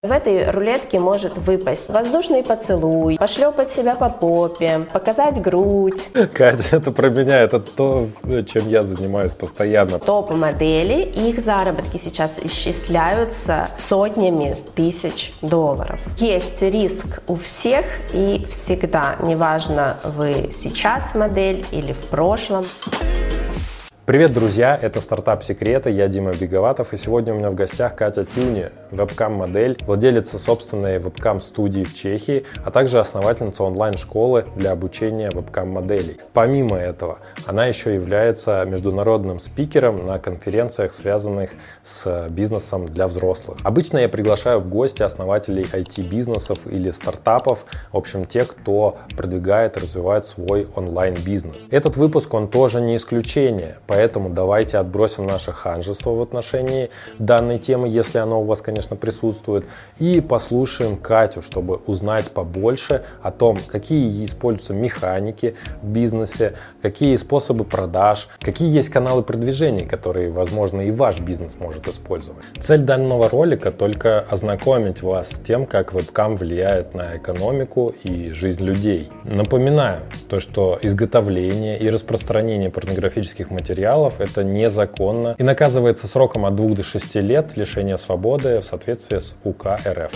В этой рулетке может выпасть воздушный поцелуй, пошлепать себя по попе, показать грудь. Катя, это про меня, это то, чем я занимаюсь постоянно. Топ-модели, их заработки сейчас исчисляются сотнями тысяч долларов. Есть риск у всех и всегда, неважно, вы сейчас модель или в прошлом. Привет, друзья! Это «Стартап Секреты», я Дима Беговатов, и сегодня у меня в гостях Катя Тюни, вебкам-модель, владелица собственной вебкам-студии в Чехии, а также основательница онлайн-школы для обучения вебкам-моделей. Помимо этого, она еще является международным спикером на конференциях, связанных с бизнесом для взрослых. Обычно я приглашаю в гости основателей IT-бизнесов или стартапов, в общем, тех, кто продвигает и развивает свой онлайн-бизнес. Этот выпуск, он тоже не исключение. Поэтому давайте отбросим наше ханжество в отношении данной темы, если оно у вас, конечно, присутствует, и послушаем Катю, чтобы узнать побольше о том, какие используются механики в бизнесе, какие способы продаж, какие есть каналы продвижения, которые, возможно, и ваш бизнес может использовать. Цель данного ролика только ознакомить вас с тем, как вебкам влияет на экономику и жизнь людей. Напоминаю, что изготовление и распространение порнографических материалов это незаконно и наказывается сроком от 2 до 6 лет лишения свободы в соответствии с УК РФ.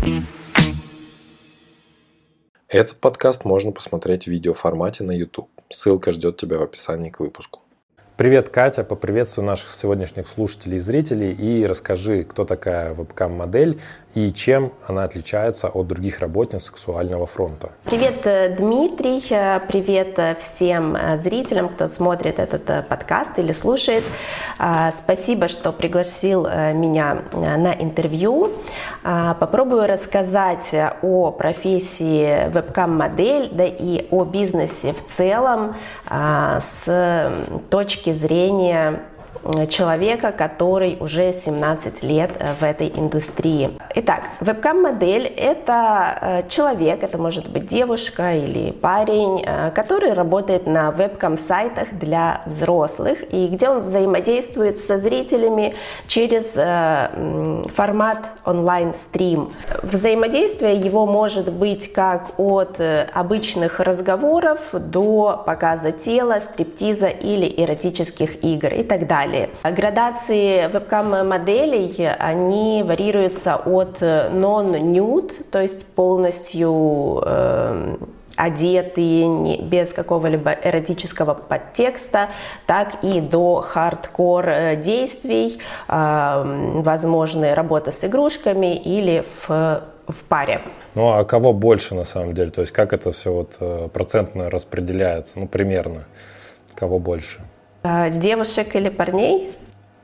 Этот подкаст можно посмотреть в видеоформате на YouTube. Ссылка ждет тебя в описании к выпуску. Привет, Катя, поприветствую наших сегодняшних слушателей и зрителей и расскажи, кто такая вебкам-модель и чем она отличается от других работниц сексуального фронта. Привет, Дмитрий, привет всем зрителям, кто смотрит этот подкаст или слушает. Спасибо, что пригласил меня на интервью. Попробую рассказать о профессии вебкам-модель, да и о бизнесе в целом с точки зрения человека, который уже 17 лет в этой индустрии. Итак, вебкам-модель – это человек, это может быть девушка или парень, который работает на вебкам-сайтах для взрослых, и где он взаимодействует со зрителями через формат онлайн-стрим. Взаимодействие его может быть как от обычных разговоров до показа тела, стриптиза или эротических игр и так далее. Градации вебкам-моделей, они варьируются от non-nude, то есть полностью одетые, без какого-либо эротического подтекста, так и до хардкор действий, возможны работа с игрушками или в паре. Ну а кого больше на самом деле? То есть как это все процентно распределяется? Ну примерно. Кого больше? Девушек или парней?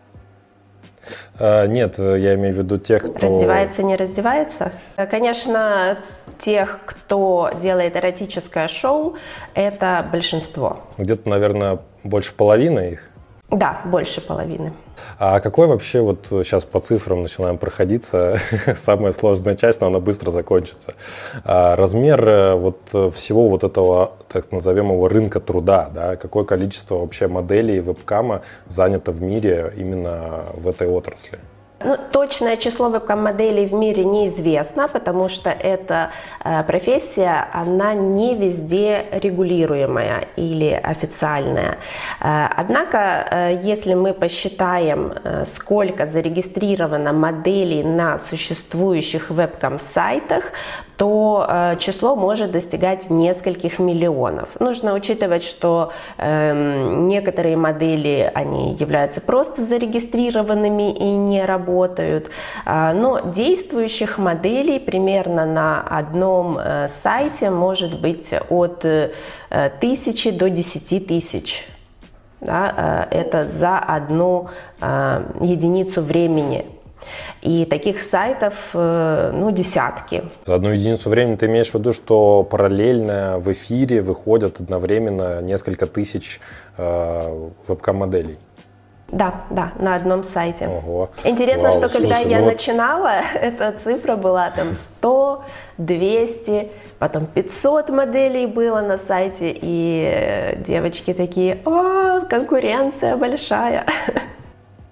Нет, я имею в виду тех, кто... Раздевается, не раздевается? Конечно, тех, кто делает эротическое шоу, это большинство. Где-то, наверное, больше половины их? Да, больше половины. А какой вообще, вот сейчас по цифрам начинаем проходиться, самая сложная часть, но она быстро закончится. Размер вот всего вот этого, так назовем его, рынка труда, да, какое количество вообще моделей вебкама занято в мире именно в этой отрасли? Ну, точное число вебкам-моделей в мире неизвестно, потому что эта профессия, она не везде регулируемая или официальная. Однако, если мы посчитаем, сколько зарегистрировано моделей на существующих вебкам-сайтах, то число может достигать нескольких миллионов. Нужно учитывать, что некоторые модели, они являются просто зарегистрированными и не работают, но действующих моделей примерно на одном сайте может быть от 1000 до 10 тысяч. Да, это за одну единицу времени. И таких сайтов, десятки. За одну единицу времени ты имеешь в виду, что параллельно в эфире выходят одновременно несколько тысяч вебкам-моделей? Да, на одном сайте. Ого. Интересно, что когда я начинала, эта цифра была там 100, 200, потом 500 моделей было на сайте, и девочки такие: «О, конкуренция большая».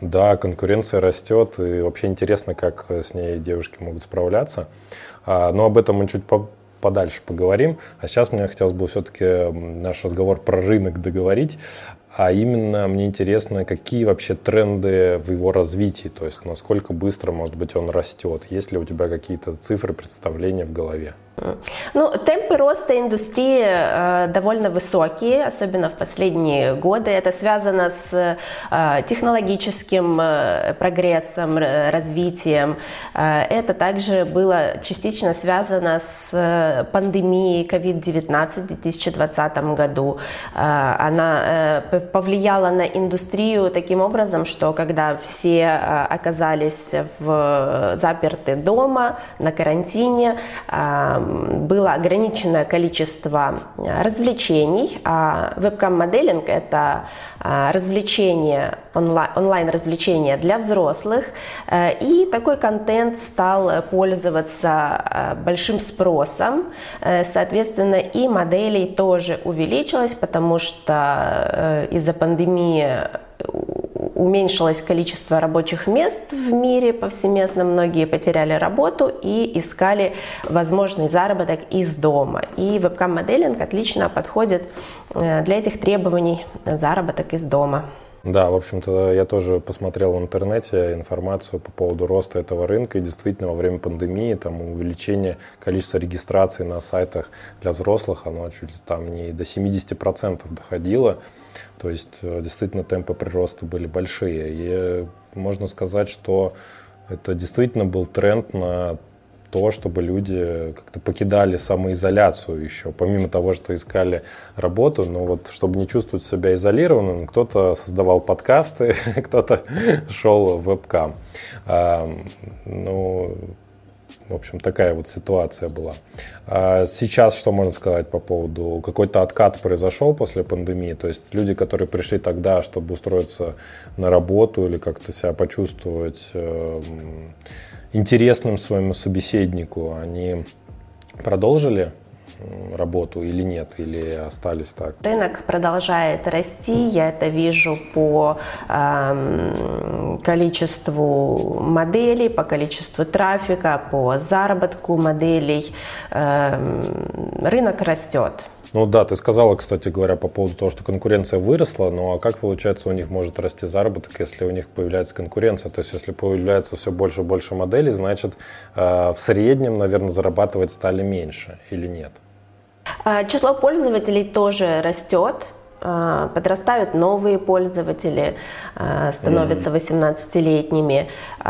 Да, конкуренция растет, и вообще интересно, как с ней девушки могут справляться. Но об этом мы чуть подальше поговорим. А сейчас мне хотелось бы все-таки наш разговор про рынок договорить. А именно мне интересно, какие вообще тренды в его развитии, то есть насколько быстро, может быть, он растет, есть ли у тебя какие-то цифры, представления в голове? Ну, темпы роста индустрии довольно высокие, особенно в последние годы. Это связано с технологическим прогрессом, развитием. Это также было частично связано с пандемией COVID-19 в 2020 году. Она повлияла на индустрию таким образом, что когда все оказались заперты дома, на карантине, было ограниченное количество развлечений. Вебкам-моделинг – это развлечение, онлайн-развлечение для взрослых. И такой контент стал пользоваться большим спросом. Соответственно, и моделей тоже увеличилось, потому что из-за пандемии уменьшилось количество рабочих мест в мире повсеместно, многие потеряли работу и искали возможный заработок из дома. И вебкам-моделинг отлично подходит для этих требований, заработок из дома. Да, в общем-то, я тоже посмотрел в интернете информацию по поводу роста этого рынка, и действительно во время пандемии там увеличение количества регистраций на сайтах для взрослых, оно чуть ли там не до 70% доходило. То есть действительно темпы прироста были большие. И можно сказать, что это действительно был тренд на то, чтобы люди как-то покидали самоизоляцию еще, помимо того, что искали работу, но вот чтобы не чувствовать себя изолированным, кто-то создавал подкасты, кто-то шел в вебкам. Ну, в общем, такая вот ситуация была. Сейчас что можно сказать по поводу, какой-то откат произошел после пандемии, то есть люди, которые пришли тогда, чтобы устроиться на работу или как-то себя почувствовать интересным своему собеседнику, они продолжили работу или нет, или остались так? Рынок продолжает расти, я это вижу по количеству моделей, по количеству трафика, по заработку моделей. Рынок растет. Ну да, ты сказала, кстати говоря, по поводу того, что конкуренция выросла, ну а как получается у них может расти заработок, если у них появляется конкуренция? То есть если появляется все больше и больше моделей, значит в среднем, наверное, зарабатывать стали меньше или нет? Число пользователей тоже растет. Подрастают новые пользователи, становятся 18-летними.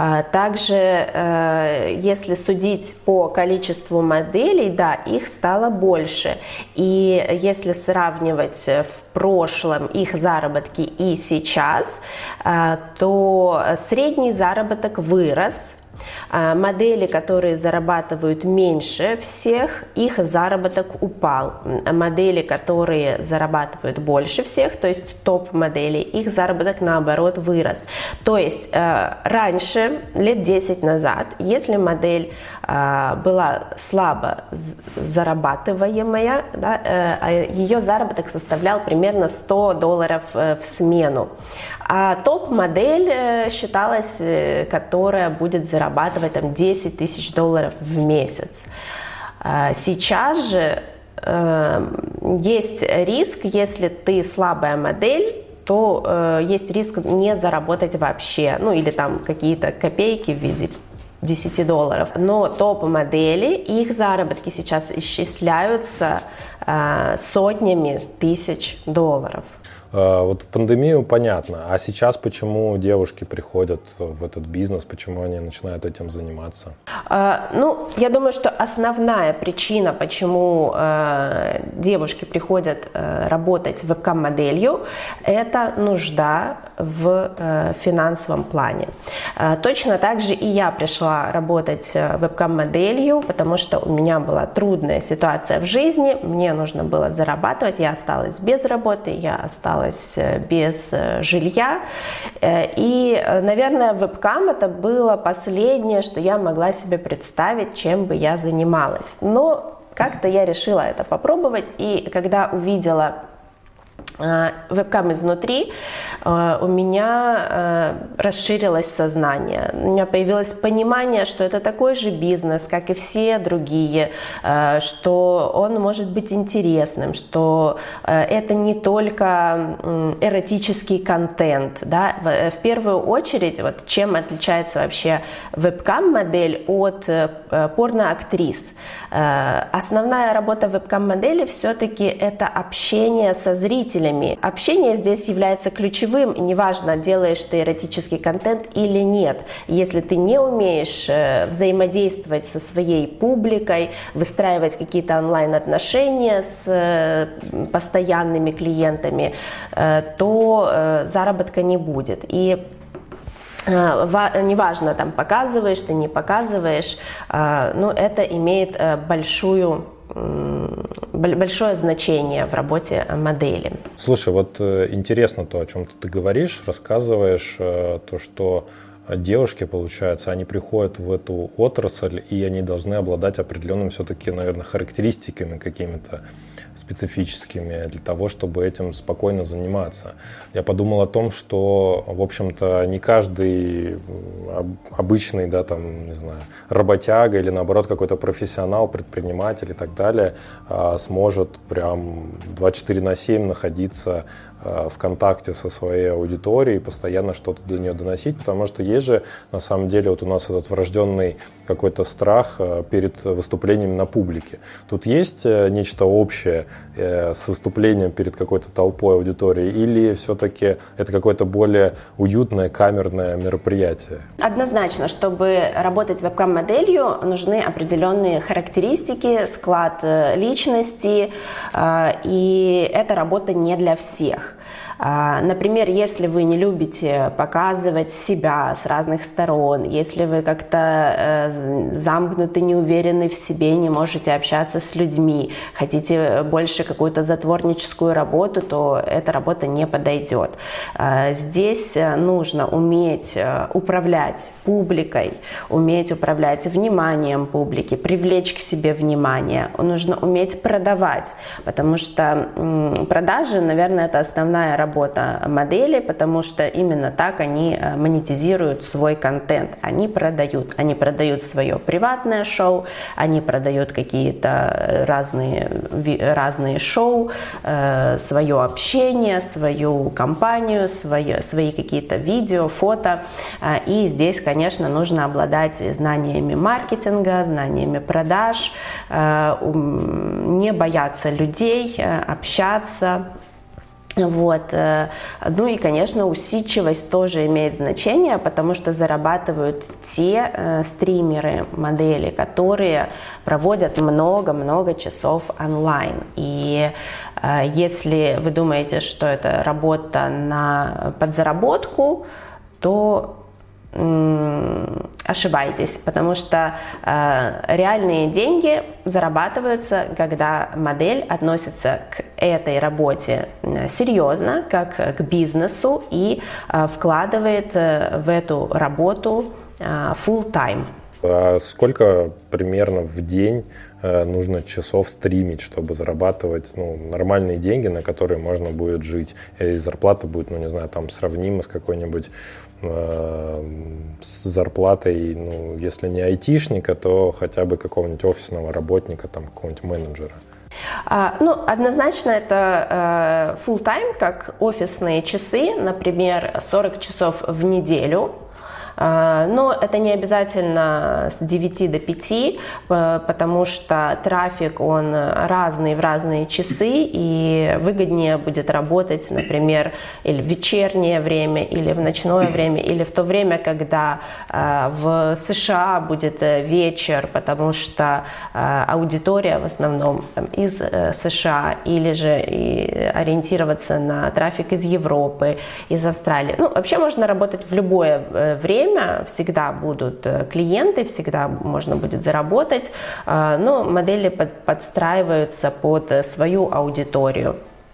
Также, если судить по количеству моделей, да, их стало больше. И если сравнивать в прошлом их заработки и сейчас, то средний заработок вырос. Модели, которые зарабатывают меньше всех, их заработок упал. Модели, которые зарабатывают больше всех, то есть топ-модели, их заработок наоборот вырос. То есть раньше, лет 10 назад, если модель была слабо зарабатываемая, да, ее заработок составлял примерно $100 в смену. А топ-модель считалась, которая будет зарабатывать там, $10 тысяч в месяц. Сейчас же есть риск, если ты слабая модель, то есть риск не заработать вообще, ну или там какие-то копейки в виде $10. Но топ-модели, их заработки сейчас исчисляются сотнями тысяч $. Вот в пандемию понятно, а сейчас почему девушки приходят в этот бизнес, почему они начинают этим заниматься? Ну, я думаю, что основная причина, почему девушки приходят работать вебкам-моделью, это нужда в финансовом плане. Точно так же и я пришла работать вебкам-моделью, потому что у меня была трудная ситуация в жизни, мне нужно было зарабатывать, я осталась без работы, я осталась без жилья. И, наверное, вебкам это было последнее, что я могла себе представить, чем бы я занималась. Но как-то я решила это попробовать, и когда увидела вебкам изнутри, у меня расширилось сознание. У меня появилось понимание, что это такой же бизнес, как и все другие, что он может быть интересным, что это не только эротический контент. Да? В первую очередь, вот чем отличается вообще вебкам-модель от порноактрис? Основная работа вебкам-модели все-таки это общение со зрителями. Общение здесь является ключевым, неважно, делаешь ты эротический контент или нет. Если ты не умеешь взаимодействовать со своей публикой, выстраивать какие-то онлайн-отношения с постоянными клиентами, то заработка не будет. И неважно, там показываешь ты, не показываешь, но это имеет большое значение в работе модели. Слушай, вот интересно то, о чем ты говоришь, рассказываешь, то, что девушки, получается, они приходят в эту отрасль, и они должны обладать определенными все-таки, наверное, характеристиками какими-то специфическими для того, чтобы этим спокойно заниматься. Я подумал о том, что, в общем-то, не каждый обычный, да, там, не знаю, работяга или, наоборот, какой-то профессионал, предприниматель и так далее сможет прям 24/7 находиться в контакте со своей аудиторией, постоянно что-то до нее доносить, потому что есть же, на самом деле, вот у нас этот врожденный какой-то страх перед выступлением на публике. Тут есть нечто общее с выступлением перед какой-то толпой аудитории, или все-таки это какое-то более уютное камерное мероприятие? Однозначно, чтобы работать вебкам-моделью, нужны определенные характеристики, склад личности, и эта работа не для всех. Например, если вы не любите показывать себя с разных сторон, если вы как-то замкнуты, не уверены в себе, не можете общаться с людьми, хотите больше какую-то затворническую работу, то эта работа не подойдет. Здесь нужно уметь управлять публикой, уметь управлять вниманием публики, привлечь к себе внимание. Нужно уметь продавать, потому что продажи, наверное, это основная работа модели, потому что именно так они монетизируют свой контент. Они продают свое приватное шоу, они продают какие-то разные шоу, свое общение, свою компанию, свои какие-то видео, фото. И здесь, конечно, нужно обладать знаниями маркетинга, знаниями продаж, не бояться людей, общаться. Вот. Ну и, конечно, усидчивость тоже имеет значение, потому что зарабатывают те стримеры, модели, которые проводят много-много часов онлайн. И если вы думаете, что это работа на подзаработку, то ошибаетесь, потому что реальные деньги зарабатываются, когда модель относится к этой работе серьезно, как к бизнесу, и вкладывает в эту работу full time. А сколько примерно в день нужно часов стримить, чтобы зарабатывать нормальные деньги, на которые можно будет жить? И зарплата будет, не знаю, там сравнима с какой-нибудь с зарплатой, если не айтишника, то хотя бы какого-нибудь офисного работника, там какого-нибудь менеджера. Однозначно это full time, как офисные часы, например, 40 часов в неделю. Но это не обязательно с 9 до 5, потому что трафик, он разный в разные часы, и выгоднее будет работать, например, или в вечернее время, или в ночное время, или в то время, когда в США будет вечер, потому что аудитория в основном из США, или же ориентироваться на трафик из Европы, из Австралии. Вообще можно работать в любое время, всегда будут клиенты, всегда можно будет заработать, но модели подстраиваются под свою аудиторию.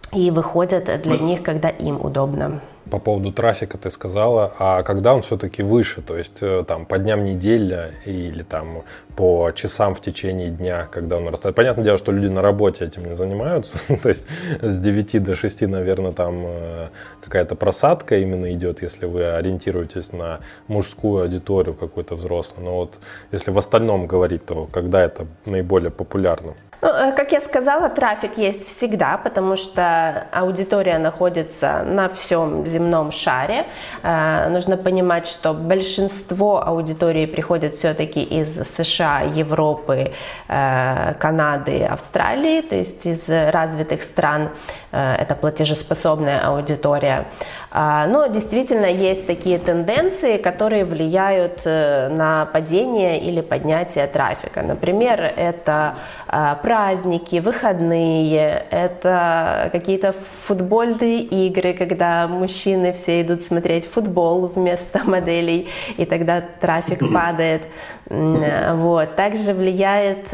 и выходят для них, когда им удобно. По поводу трафика ты сказала, а когда он все-таки выше, то есть там по дням недели или там по часам в течение дня, когда он растет? Понятное дело, что люди на работе этим не занимаются, то есть с 9 до 6, наверное, там какая-то просадка именно идет, если вы ориентируетесь на мужскую аудиторию какую-то взрослую, но вот если в остальном говорить, то когда это наиболее популярно? Ну, как я сказала, трафик есть всегда, потому что аудитория находится на всем земном шаре. Нужно понимать, что большинство аудитории приходит все-таки из США, Европы, Канады, Австралии, то есть из развитых стран. Это платежеспособная аудитория. Но действительно есть такие тенденции, которые влияют на падение или поднятие трафика. Например, это праздники, выходные, это какие-то футбольные игры, когда мужчины все идут смотреть футбол вместо моделей, и тогда трафик падает. Вот. Также влияет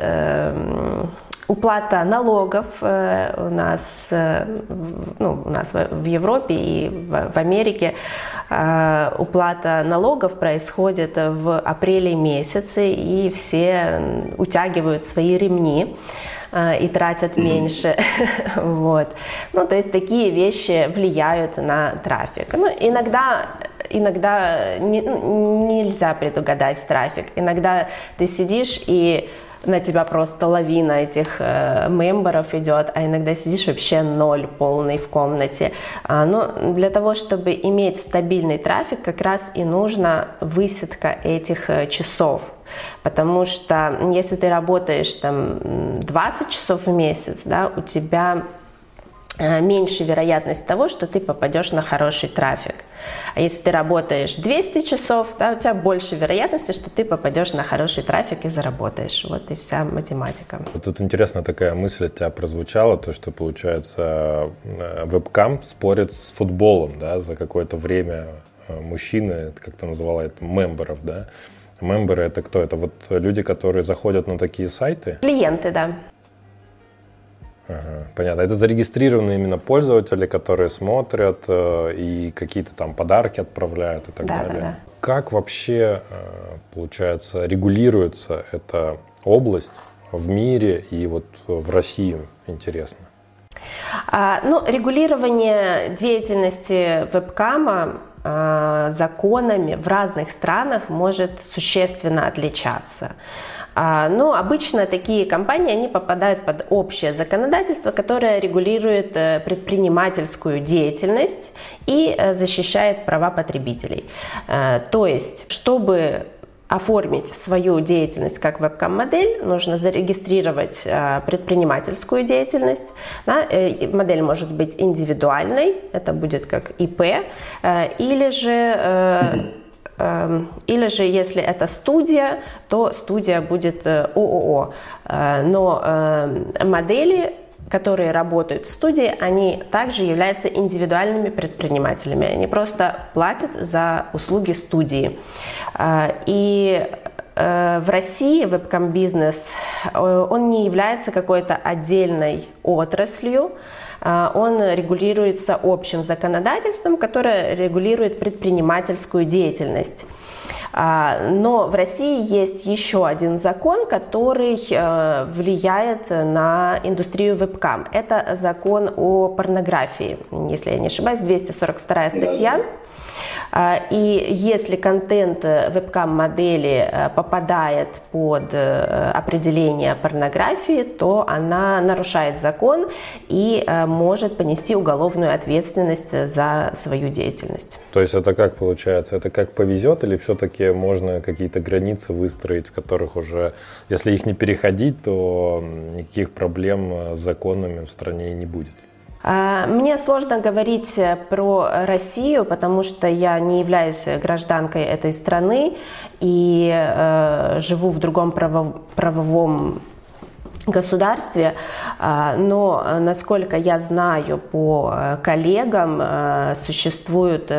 уплата налогов у нас в Европе и в Америке. Уплата налогов происходит в апреле месяце, и все утягивают свои ремни и тратят меньше. Вот. Ну, то есть такие вещи влияют на трафик. Ну, иногда нельзя предугадать трафик. Иногда ты сидишь и на тебя просто лавина этих мемберов идет, а иногда сидишь вообще ноль полный в комнате. Но для того, чтобы иметь стабильный трафик, как раз и нужна высадка этих часов. Потому что если ты работаешь там 20 часов в месяц, да, у тебя меньше вероятность того, что ты попадешь на хороший трафик. А если ты работаешь 200 часов, да, у тебя больше вероятности, что ты попадешь на хороший трафик и заработаешь. Вот и вся математика. Вот тут интересная такая мысль от тебя прозвучала, то, что, получается, вебкам спорит с футболом, да, за какое-то время мужчины, как ты называла это, мемберов, да? Мемберы — это кто? Это вот люди, которые заходят на такие сайты? Клиенты, да. Ага, понятно. Это зарегистрированные именно пользователи, которые смотрят и какие-то там подарки отправляют и так далее. Да. Как вообще, получается, регулируется эта область в мире и вот в России, интересно? Регулирование деятельности вебкама законами в разных странах может существенно отличаться. Но обычно такие компании, они попадают под общее законодательство, которое регулирует предпринимательскую деятельность и защищает права потребителей. То есть, чтобы оформить свою деятельность как вебкам-модель, нужно зарегистрировать предпринимательскую деятельность. Да? Модель может быть индивидуальной, это будет как ИП, или же, если это студия, то студия будет ООО. Но модели, которые работают в студии, они также являются индивидуальными предпринимателями. Они просто платят за услуги студии. И в России вебкам-бизнес, он не является какой-то отдельной отраслью. Он регулируется общим законодательством, которое регулирует предпринимательскую деятельность. Но в России есть еще один закон, который влияет на индустрию вебкам. Это закон о порнографии, если я не ошибаюсь, 242 статья. И если контент вебкам-модели попадает под определение порнографии, то она нарушает закон и может понести уголовную ответственность за свою деятельность. То есть это как получается? Это как повезет, или все-таки можно какие-то границы выстроить, в которых уже, если их не переходить, то никаких проблем с законами в стране не будет? Мне сложно говорить про Россию, потому что я не являюсь гражданкой этой страны и живу в другом правовом государстве, но, насколько я знаю по коллегам, существует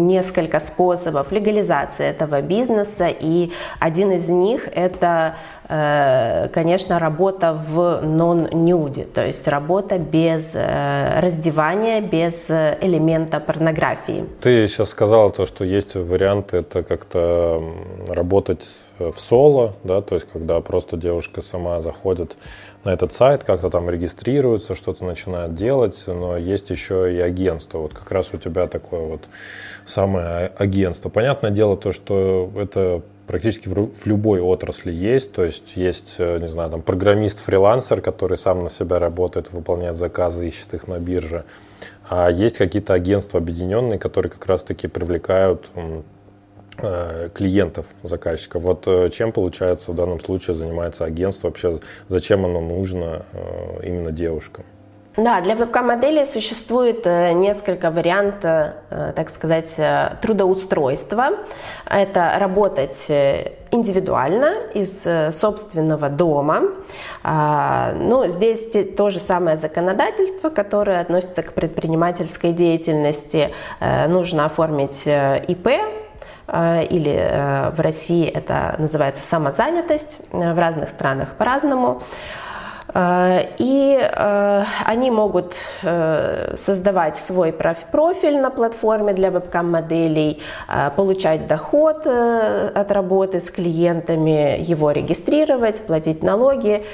несколько способов легализации этого бизнеса, и один из них – это конечно, работа в non-nude, то есть работа без раздевания, без элемента порнографии. Ты сейчас сказала то, что есть варианты, это как-то работать в соло, да, то есть когда просто девушка сама заходит на этот сайт, как-то там регистрируется, что-то начинает делать, но есть еще и агентство. Вот как раз у тебя такое вот самое агентство. Понятное дело то, что это практически в любой отрасли есть, то есть есть, не знаю, там программист-фрилансер, который сам на себя работает, выполняет заказы, ищет их на бирже, а есть какие-то агентства объединенные, которые как раз-таки привлекают клиентов, заказчиков. Вот чем, получается, в данном случае занимается агентство, вообще зачем оно нужно именно девушкам? Да, для вебкам-моделей существует несколько вариантов, так сказать, трудоустройства. Это работать индивидуально из собственного дома. Ну, здесь то же самое законодательство, которое относится к предпринимательской деятельности. Нужно оформить ИП, или в России это называется самозанятость, в разных странах по-разному. И они могут создавать свой профиль на платформе для вебкам-моделей, получать доход от работы с клиентами, его регистрировать, платить налоги.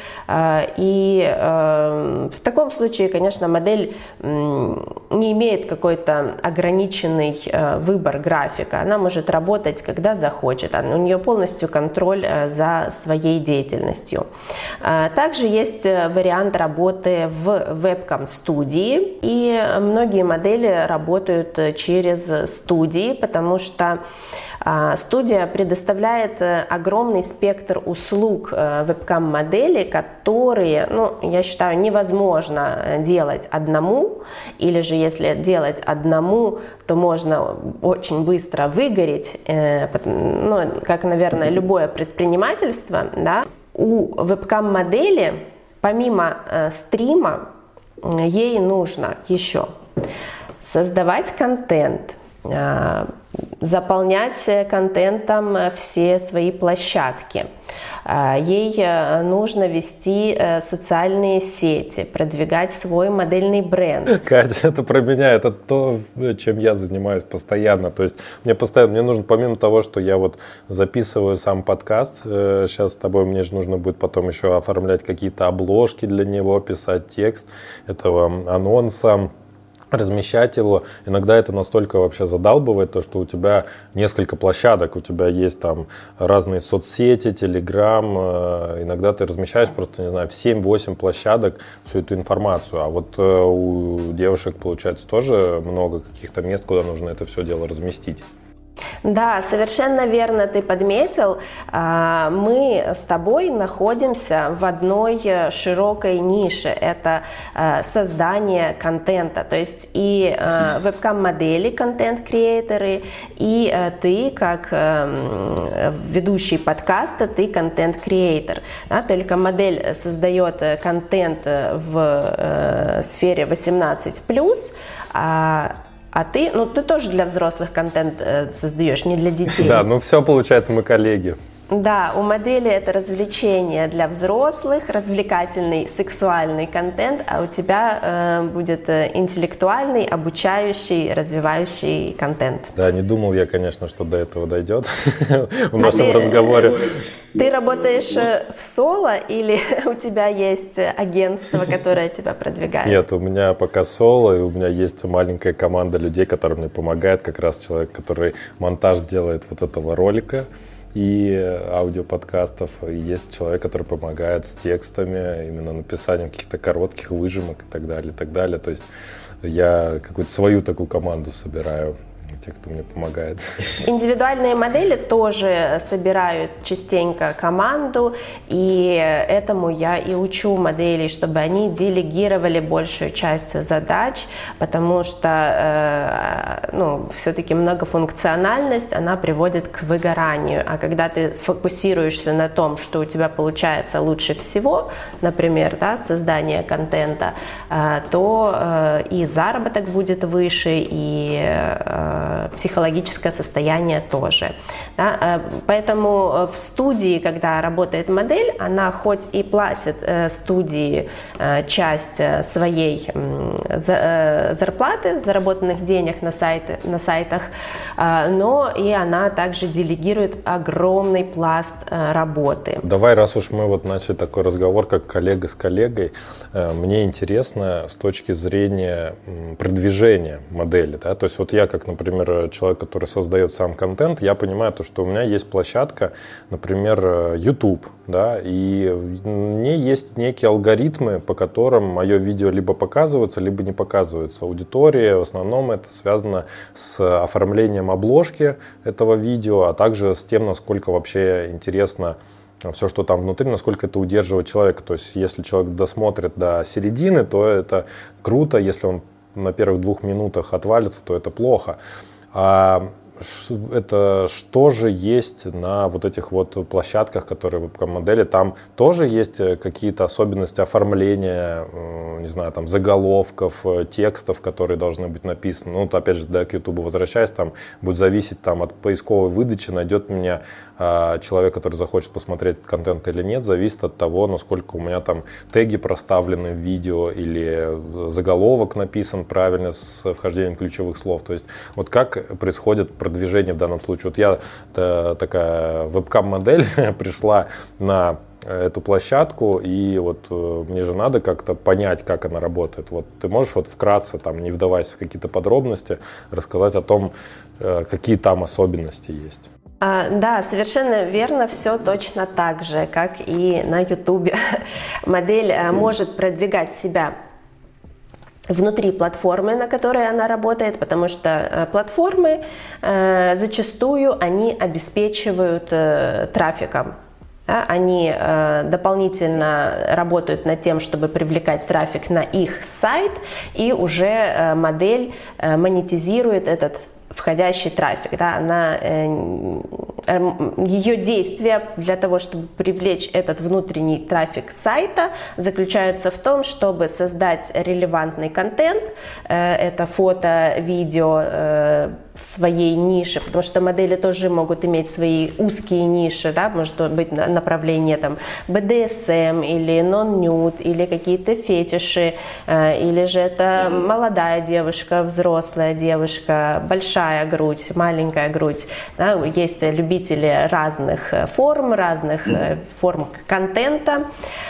И в таком случае, конечно, модель не имеет какой-то ограниченный выбор графика. Она может работать, когда захочет. У нее полностью контроль за своей деятельностью. Также есть вариант работы в вебкам-студии, и многие модели работают через студии, потому что студия предоставляет огромный спектр услуг вебкам-модели, которые, я считаю, невозможно делать одному, или же если делать одному, то можно очень быстро выгореть, как, наверное, любое предпринимательство, да. У вебкам-модели помимо стрима, ей нужно еще создавать контент, заполнять контентом все свои площадки. Ей нужно вести социальные сети, продвигать свой модельный бренд. Катя, это про меня, это то, чем я занимаюсь постоянно. То есть мне нужно, помимо того, что я вот записываю сам подкаст, сейчас с тобой мне же нужно будет потом еще оформлять какие-то обложки для него, писать текст этого анонса, размещать его. Иногда это настолько вообще задалбывает, то, что у тебя несколько площадок, у тебя есть там разные соцсети, Телеграм, иногда ты размещаешь просто, не знаю, в 7-8 площадок всю эту информацию, а вот у девушек, получается, тоже много каких-то мест, куда нужно это все дело разместить. Да, совершенно верно ты подметил. Мы с тобой находимся в одной широкой нише. Это создание контента. То есть и вебкам-модели, контент-креаторы, и ты, как ведущий подкаста, ты контент-креатор. Да, только модель создает контент в сфере 18+, а ты тоже для взрослых контент создаешь, не для детей. Да, все получается, мы коллеги. Да, у модели это развлечение для взрослых, развлекательный, сексуальный контент, а у тебя будет интеллектуальный, обучающий, развивающий контент. Да, не думал я, конечно, что до этого дойдет в нашем разговоре. Ты работаешь в соло или у тебя есть агентство, которое тебя продвигает? Нет, у меня пока соло, и у меня есть маленькая команда людей, которые мне помогают, как раз человек, который монтаж делает вот этого ролика и аудиоподкастов. И есть человек, который помогает с текстами, именно написанием каких-то коротких выжимок и так далее, и так далее. То есть я какую-то свою такую команду собираю, тех, кто мне помогает. Индивидуальные модели тоже собирают частенько команду, и этому я и учу моделей, чтобы они делегировали большую часть задач, потому что все-таки многофункциональность, она приводит к выгоранию. А когда ты фокусируешься на том, что у тебя получается лучше всего, например, создание контента, то и заработок будет выше, и психологическое состояние тоже. Да? Поэтому в студии, когда работает модель, она хоть и платит студии часть своей зарплаты, заработанных денег на сайтах, но и она также делегирует огромный пласт работы. Давай, раз уж мы вот начали такой разговор, как коллега с коллегой, мне интересно с точки зрения продвижения модели. Да? То есть вот я, как, например, человек, который создает сам контент, я понимаю, то, что у меня есть площадка, например, YouTube, да, и в ней есть некие алгоритмы, по которым мое видео либо показывается, либо не показывается. Аудитория, в основном это связано с оформлением обложки этого видео, а также с тем, насколько вообще интересно все, что там внутри, насколько это удерживает человека. То есть, если человек досмотрит до середины, то это круто. Если он на первых 2 минутах отвалится, то это плохо. Это что же есть на вот этих вот площадках, которые вебкам-модели? Там тоже есть какие-то особенности оформления, не знаю, там заголовков, текстов, которые должны быть написаны. Ну, опять же, к YouTube возвращаясь, там будет зависеть там, от поисковой выдачи, найдет меня человек, который захочет посмотреть этот контент или нет, зависит от того, насколько у меня там теги проставлены в видео или заголовок написан правильно с вхождением ключевых слов. То есть вот как происходит продвижение в данном случае. Вот я такая вебкам-модель пришла на эту площадку, и вот мне же надо как-то понять, как она работает. Вот ты можешь вот вкратце, там, не вдаваясь в какие-то подробности, рассказать о том, какие там особенности есть? Да, совершенно верно, все точно так же, как и на YouTube. Модель может продвигать себя внутри платформы, на которой она работает, потому что платформы зачастую они обеспечивают трафиком. Да, они дополнительно работают над тем, чтобы привлекать трафик на их сайт, и уже модель монетизирует этот входящий трафик. Да, ее действия для того, чтобы привлечь этот внутренний трафик сайта, заключаются в том, чтобы создать релевантный контент, это фото, видео, в своей нише, потому что модели тоже могут иметь свои узкие ниши, да, может быть направление там BDSM или non-nude, или какие-то фетиши, или же это молодая девушка, взрослая девушка, большая грудь, маленькая грудь. Да, есть любители разных форм контента.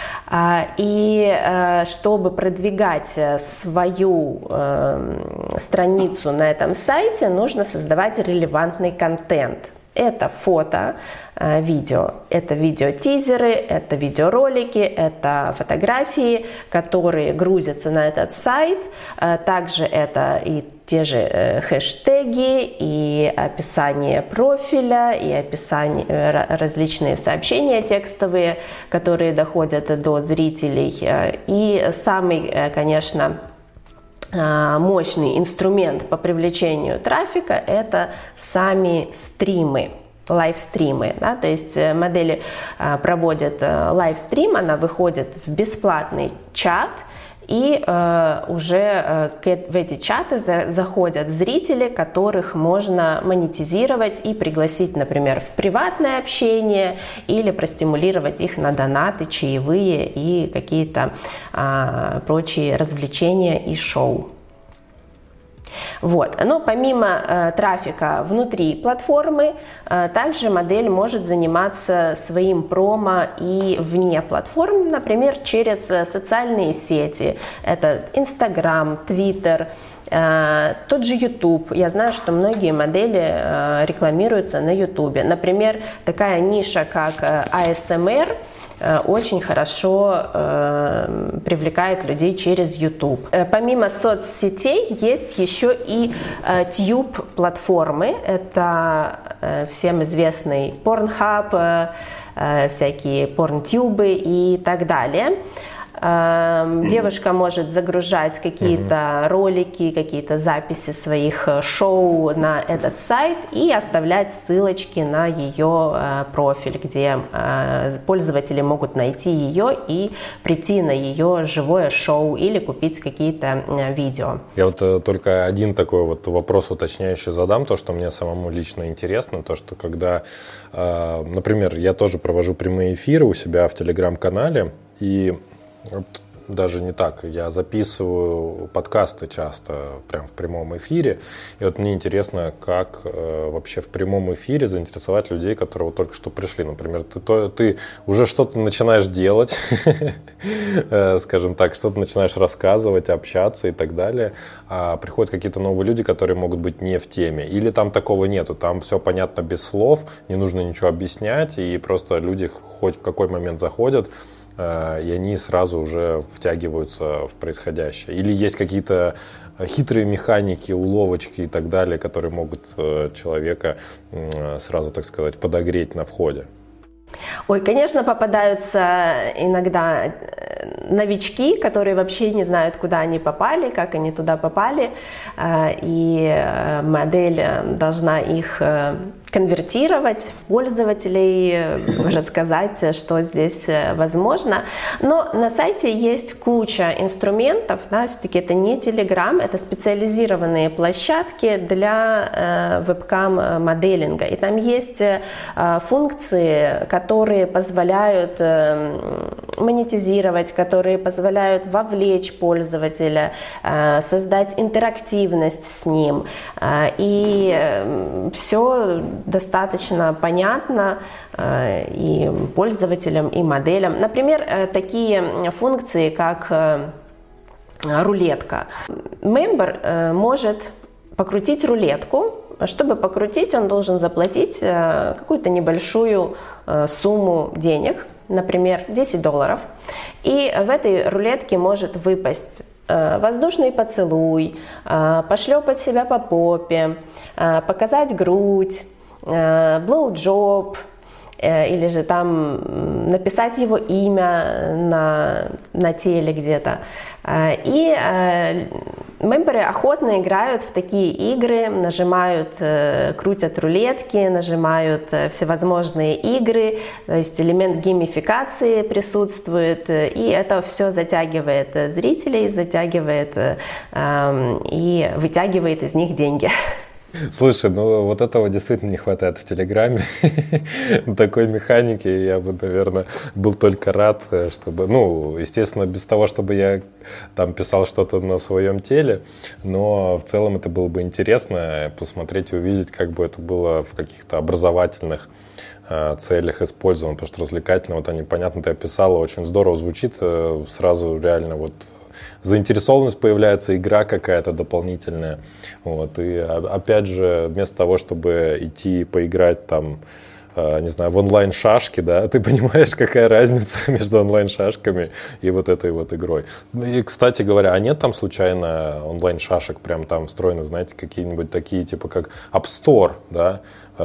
И чтобы продвигать свою страницу на этом сайте, нужно создавать релевантный контент. Это фото, видео, это видеотизеры, это видеоролики, это фотографии, которые грузятся на этот сайт. Также это и те же хэштеги, и описание профиля, и описание, различные сообщения текстовые, которые доходят до зрителей. И самый, конечно, мощный инструмент по привлечению трафика – это сами стримы. Лайвстримы, да, то есть модели проводят лайвстрим, она выходит в бесплатный чат, и уже в эти чаты заходят зрители, которых можно монетизировать и пригласить, например, в приватное общение или простимулировать их на донаты, чаевые и какие-то прочие развлечения и шоу. Вот. Но помимо трафика внутри платформы, также модель может заниматься своим промо и вне платформ, например, через социальные сети. Это Instagram, Twitter, тот же YouTube. Я знаю, что многие модели рекламируются на YouTube. Например, такая ниша, как ASMR, очень хорошо привлекает людей через YouTube. Помимо соцсетей есть еще и Tube-платформы. Это всем известный Pornhub, всякие порнтюбы и так далее. Девушка может загружать какие-то ролики, какие-то записи своих шоу на этот сайт и оставлять ссылочки на ее профиль, где пользователи могут найти ее и прийти на ее живое шоу или купить какие-то видео. Я вот только один такой вот вопрос уточняющий задам, то, что мне самому лично интересно, то, что когда, например, я тоже провожу прямые эфиры у себя в Телеграм-канале, и вот даже не так, я записываю подкасты часто прям в прямом эфире, и вот мне интересно, как вообще в прямом эфире заинтересовать людей, которые вот только что пришли. Например, ты уже что-то начинаешь делать, скажем так, что-то начинаешь рассказывать, общаться и так далее, а приходят какие-то новые люди, которые могут быть не в теме, или там такого нету, там все понятно без слов, не нужно ничего объяснять, и просто люди хоть в какой момент заходят, и они сразу уже втягиваются в происходящее. Или есть какие-то хитрые механики, уловочки и так далее, которые могут человека сразу, так сказать, подогреть на входе. Ой, конечно, попадаются иногда новички, которые вообще не знают, куда они попали, как они туда попали, и модель должна их конвертировать в пользователей, рассказать, что здесь возможно. Но на сайте есть куча инструментов, да, все-таки это не Telegram, это специализированные площадки для вебкам-моделинга. И там есть функции, которые позволяют монетизировать, которые позволяют вовлечь пользователя, создать интерактивность с ним. И все достаточно понятно и пользователям, и моделям. Например, такие функции, как рулетка. Мембер может покрутить рулетку. Чтобы покрутить, он должен заплатить какую-то небольшую сумму денег, например, $10. И в этой рулетке может выпасть воздушный поцелуй, пошлепать себя по попе, показать грудь, блоуджоп, или же там написать его имя на теле где-то. И мемберы охотно играют в такие игры, нажимают, крутят рулетки, нажимают всевозможные игры, то есть элемент геймификации присутствует, и это все затягивает зрителей, затягивает и вытягивает из них деньги. Слушай, ну вот этого действительно не хватает в Телеграме, такой механики. Я бы, наверное, был только рад, чтобы, ну, естественно, без того, чтобы я там писал что-то на своем теле, но в целом это было бы интересно посмотреть и увидеть, как бы это было в каких-то образовательных целях использовано, потому что развлекательно, вот они, понятно, ты описала, очень здорово звучит, сразу реально вот заинтересованность появляется, игра какая-то дополнительная. Вот. И опять же, вместо того, чтобы идти поиграть там, не знаю, в онлайн-шашки, да, ты понимаешь, какая разница между онлайн-шашками и вот этой вот игрой. И, кстати говоря, а нет там случайно онлайн-шашек прям там встроены, знаете, какие-нибудь такие, типа как App Store, да,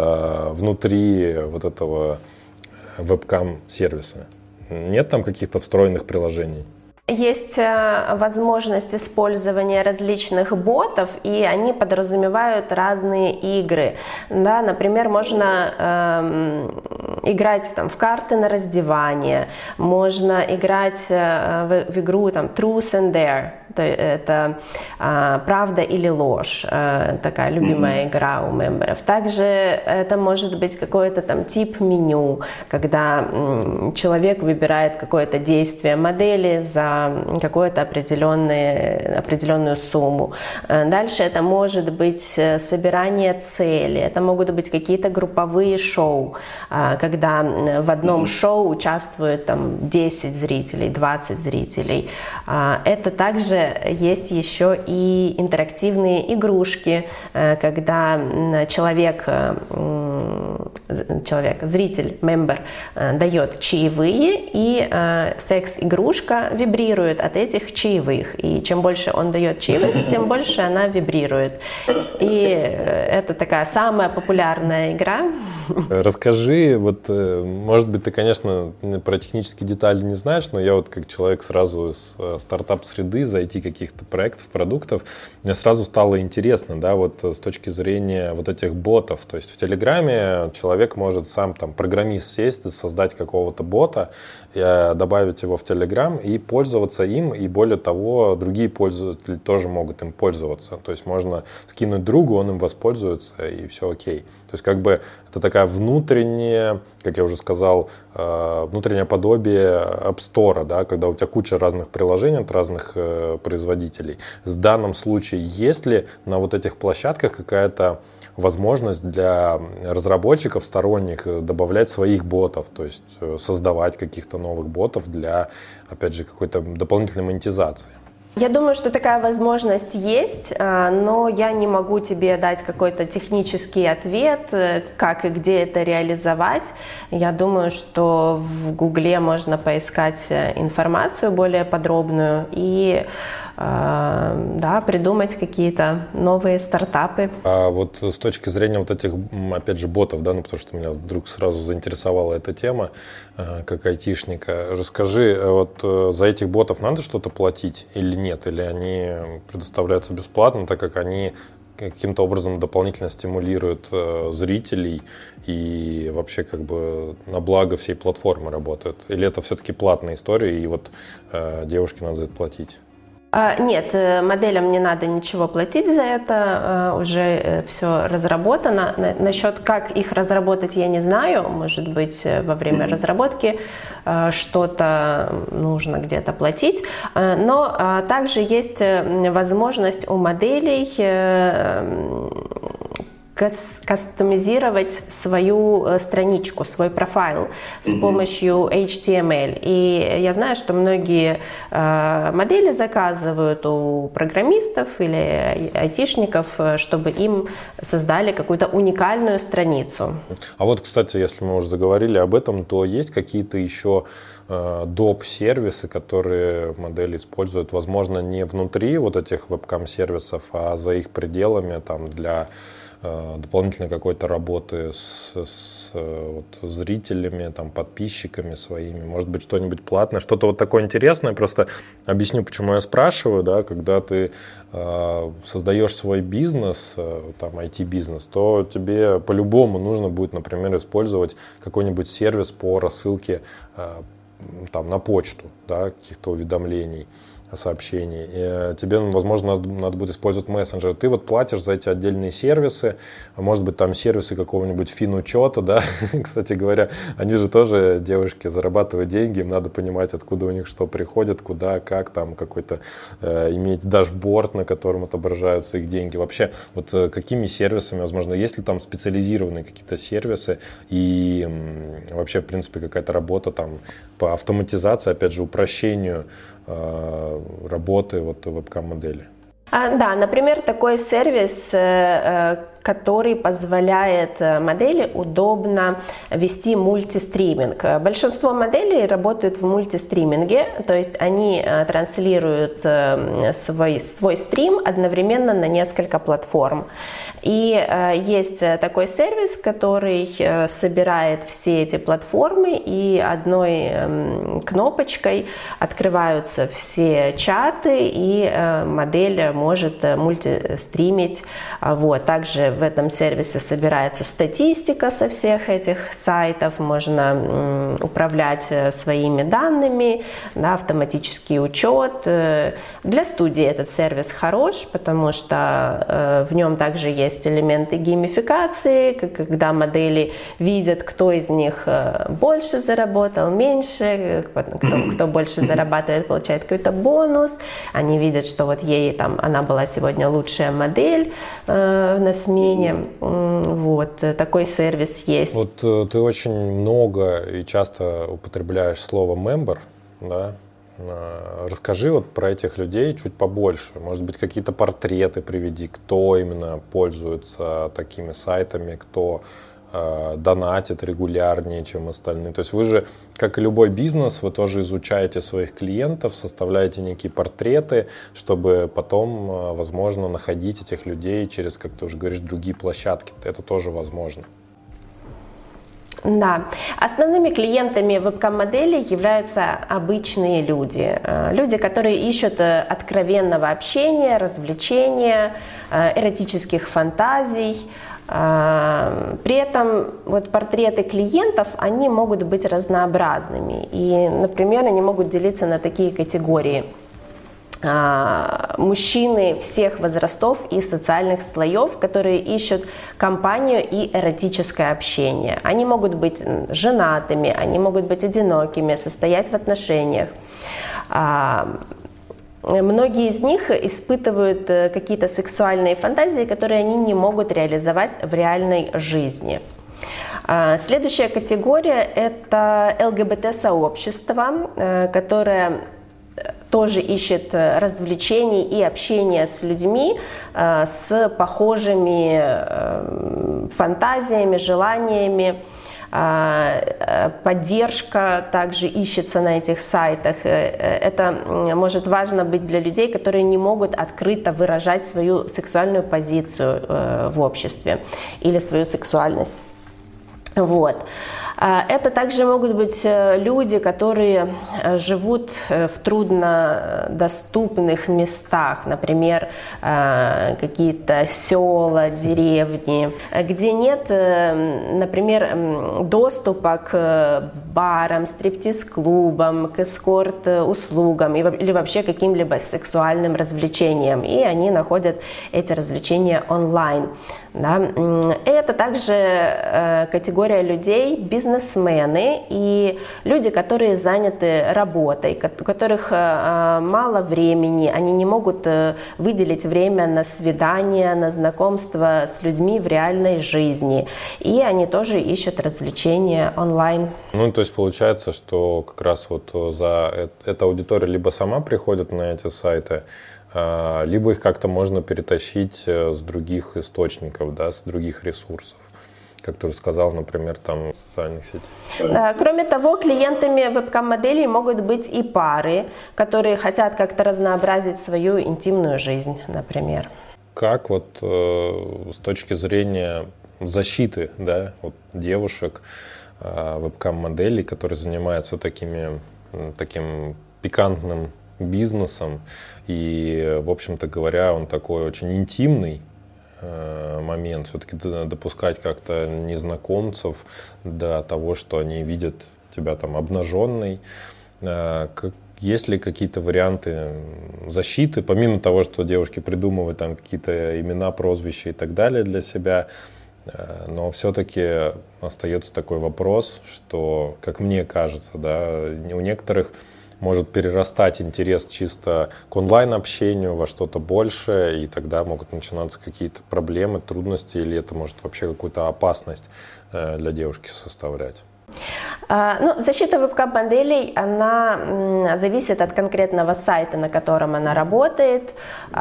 внутри вот этого вебкам-сервиса? Нет там каких-то встроенных приложений? Есть возможность использования различных ботов, и они подразумевают разные игры. Да, например, можно играть там, в карты на раздевание, можно играть в игру там, Truth and Dare. Это правда или ложь, такая любимая игра у мемберов. Также это может быть какой-то там тип меню, когда человек выбирает какое-то действие модели за какую-то определенную сумму. Дальше это может быть собирание цели, это могут быть какие-то групповые шоу, когда в одном шоу участвуют там 10 зрителей, 20 зрителей. Это также есть еще и интерактивные игрушки, когда человек человек, зритель, мембер, дает чаевые, и секс-игрушка вибрирует от этих чаевых. И чем больше он дает чаевых, тем больше она вибрирует. И это такая самая популярная игра. Расскажи, вот, может быть, ты, конечно, про технические детали не знаешь, но я вот как человек сразу из стартап-среды, из IT каких-то проектов, продуктов, мне сразу стало интересно, да, вот с точки зрения вот этих ботов. То есть в Телеграме человек может сам, там, программист сесть и создать какого-то бота, добавить его в Телеграм и пользоваться им, и более того, другие пользователи тоже могут им пользоваться. То есть можно скинуть другу, он им воспользуется, и все окей. То есть как бы это такая внутренняя, как я уже сказал, внутреннее подобие App Store, да, когда у тебя куча разных приложений от разных производителей. В данном случае есть ли на вот этих площадках какая-то возможность для разработчиков сторонних добавлять своих ботов, то есть создавать каких-то новых ботов для, опять же, какой-то дополнительной монетизации? Я думаю, что такая возможность есть, но я не могу тебе дать какой-то технический ответ, как и где это реализовать. Я думаю, что в Гугле можно поискать информацию более подробную и придумать какие-то новые стартапы. А вот с точки зрения вот этих, опять же, ботов, да, ну потому что меня вдруг сразу заинтересовала эта тема, как айтишника, расскажи, вот за этих ботов надо что-то платить или нет? Или они предоставляются бесплатно, так как они каким-то образом дополнительно стимулируют зрителей и вообще как бы на благо всей платформы работают? Или это все-таки платная история, и вот девушке надо за это платить? Нет, моделям не надо ничего платить за это, уже все разработано. Насчет, как их разработать, я не знаю. Может быть, во время разработки что-то нужно где-то платить. Но также есть возможность у моделей кастомизировать свою страничку, свой профайл с помощью HTML. И я знаю, что многие модели заказывают у программистов или айтишников, чтобы им создали какую-то уникальную страницу. А вот, кстати, если мы уже заговорили об этом, то есть какие-то еще доп-сервисы, которые модели используют, возможно, не внутри вот этих вебкам-сервисов, а за их пределами, там, для дополнительной какой-то работы с зрителями, там, подписчиками своими, может быть, что-нибудь платное, что-то вот такое интересное. Просто объясню, почему я спрашиваю, да, когда ты создаешь свой бизнес, там, IT-бизнес, то тебе по-любому нужно будет, например, использовать какой-нибудь сервис по рассылке там, на почту, да, каких-то уведомлений, сообщений. И тебе, возможно, надо будет использовать мессенджер. Ты вот платишь за эти отдельные сервисы, может быть, там сервисы какого-нибудь финучета, да. Кстати говоря, они же тоже, девушки, зарабатывают деньги, им надо понимать, откуда у них что приходит, куда, как, там какой-то иметь дашборд, на котором отображаются их деньги. Вообще, вот какими сервисами, возможно, есть ли там специализированные какие-то сервисы и вообще, в принципе, какая-то работа там по автоматизации, опять же, упрощению работы вот вебкам-модели? Да, например, такой сервис, который позволяет модели удобно вести мультистриминг. Большинство моделей работают в мультистриминге, то есть они транслируют свой стрим одновременно на несколько платформ. И есть такой сервис, который собирает все эти платформы, и одной кнопочкой открываются все чаты, и модель может мультистримить. Вот. Также в этом сервисе собирается статистика со всех этих сайтов, можно управлять своими данными, да, автоматический учет. Для студии этот сервис хорош, потому что в нем также есть элементы геймификации, когда модели видят, кто из них больше заработал, меньше, кто больше зарабатывает, получает какой-то бонус. Они видят, что вот ей там, она была сегодня лучшая модель на смене. Вот такой сервис есть. Вот ты очень много и часто употребляешь слово member, да? Расскажи вот про этих людей чуть побольше. Может быть, какие-то портреты приведи, кто именно пользуется такими сайтами, кто донатит регулярнее, чем остальные. То есть вы же, как и любой бизнес, вы тоже изучаете своих клиентов, составляете некие портреты, чтобы потом, возможно, находить этих людей через, как ты уже говоришь, другие площадки. Это тоже возможно. Да. Основными клиентами вебкам-моделей являются обычные люди. Люди, которые ищут откровенного общения, развлечения, эротических фантазий. При этом вот портреты клиентов, они могут быть разнообразными. И, например, они могут делиться на такие категории. Мужчины всех возрастов и социальных слоев, которые ищут компанию и эротическое общение. Они могут быть женатыми, они могут быть одинокими, состоять в отношениях. Многие из них испытывают какие-то сексуальные фантазии, которые они не могут реализовать в реальной жизни. Следующая категория – это ЛГБТ-сообщество, которое тоже ищет развлечений и общения с людьми с похожими фантазиями, желаниями. Поддержка также ищется на этих сайтах. Это может важно быть для людей, которые не могут открыто выражать свою сексуальную позицию в обществе или свою сексуальность. Вот. Это также могут быть люди, которые живут в труднодоступных местах, например, какие-то села, деревни, где нет, например, доступа к барам, стриптиз-клубам, к эскорт-услугам или вообще каким-либо сексуальным развлечениям, и они находят эти развлечения онлайн. Да. Это также категория людей, бизнесмены и люди, которые заняты работой, у которых мало времени, они не могут выделить время на свидания, на знакомство с людьми в реальной жизни, и они тоже ищут развлечения онлайн. Ну, то есть получается, что как раз вот за эта аудитория либо сама приходит на эти сайты, либо их как-то можно перетащить с других источников, да, с других ресурсов, как ты уже сказал, например, там социальных сетей. Кроме того, клиентами вебкам-моделей могут быть и пары, которые хотят как-то разнообразить свою интимную жизнь, например. Как вот с точки зрения защиты, да, вот девушек, вебкам-моделей, которые занимаются таким пикантным бизнесом, и, в общем-то говоря, он такой очень интимный момент, все-таки допускать как-то незнакомцев до того, что они видят тебя там обнаженной. Есть ли какие-то варианты защиты, помимо того, что девушки придумывают там какие-то имена, прозвища и так далее для себя, но все-таки остается такой вопрос, что, как мне кажется, да, у некоторых может перерастать интерес чисто к онлайн-общению во что-то большее, и тогда могут начинаться какие-то проблемы, трудности, или это может вообще какую-то опасность для девушки составлять. Ну, защита вебкам-моделей, она зависит от конкретного сайта, на котором она работает.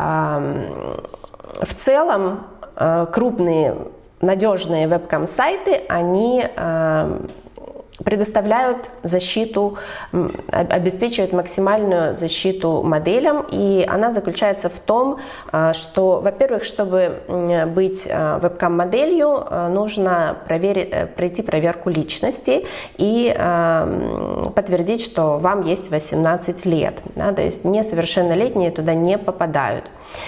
В целом, крупные надежные вебкам-сайты, они предоставляют защиту, обеспечивают максимальную защиту моделям, и она заключается в том, что, во-первых, чтобы быть вебкам-моделью, нужно пройти проверку личности и подтвердить, что вам есть 18 лет, да, то есть несовершеннолетние туда не попадают.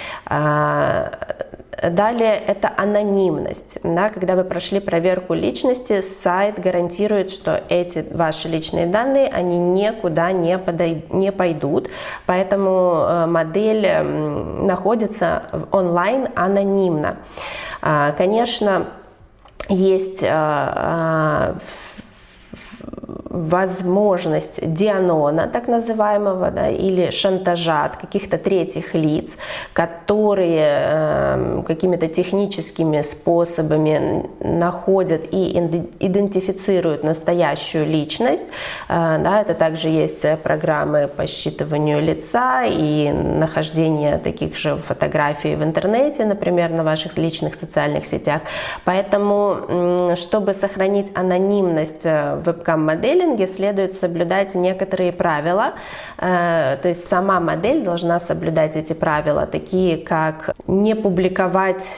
Далее это анонимность. Да, когда вы прошли проверку личности, сайт гарантирует, что эти ваши личные данные, они никуда не пойдут, поэтому модель находится онлайн анонимно. Конечно, есть возможность дианона, так называемого, да, или шантажа от каких-то третьих лиц, которые какими-то техническими способами находят и идентифицируют настоящую личность. Да, это также есть программы по считыванию лица и нахождение таких же фотографий в интернете, например, на ваших личных социальных сетях. Поэтому, чтобы сохранить анонимность в вебкам-моделинге, следует соблюдать некоторые правила. То есть сама модель должна соблюдать эти правила, такие как не публиковать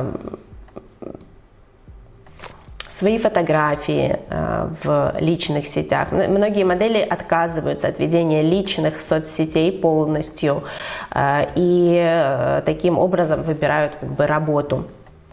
свои фотографии в личных сетях. Многие модели отказываются от ведения личных соцсетей полностью и таким образом выбирают работу.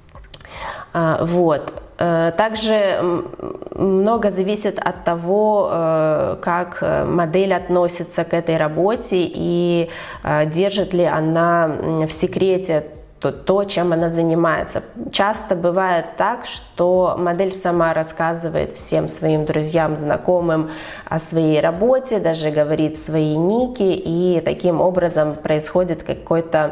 Вот. Также много зависит от того, как модель относится к этой работе и держит ли она в секрете то, чем она занимается. Часто бывает так, что модель сама рассказывает всем своим друзьям, знакомым о своей работе, даже говорит свои ники, и таким образом происходит какой-то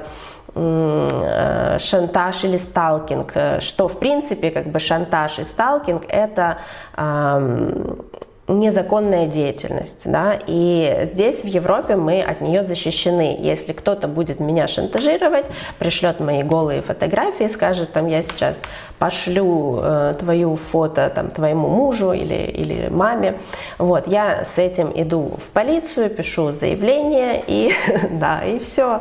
шантаж или сталкинг, что в принципе шантаж и сталкинг — это незаконная деятельность, да, и здесь в Европе мы от нее защищены. Если кто-то будет меня шантажировать, пришлет мои голые фотографии, скажет, я сейчас пошлю твою фото твоему мужу или маме, вот, я с этим иду в полицию, пишу заявление и да, и все.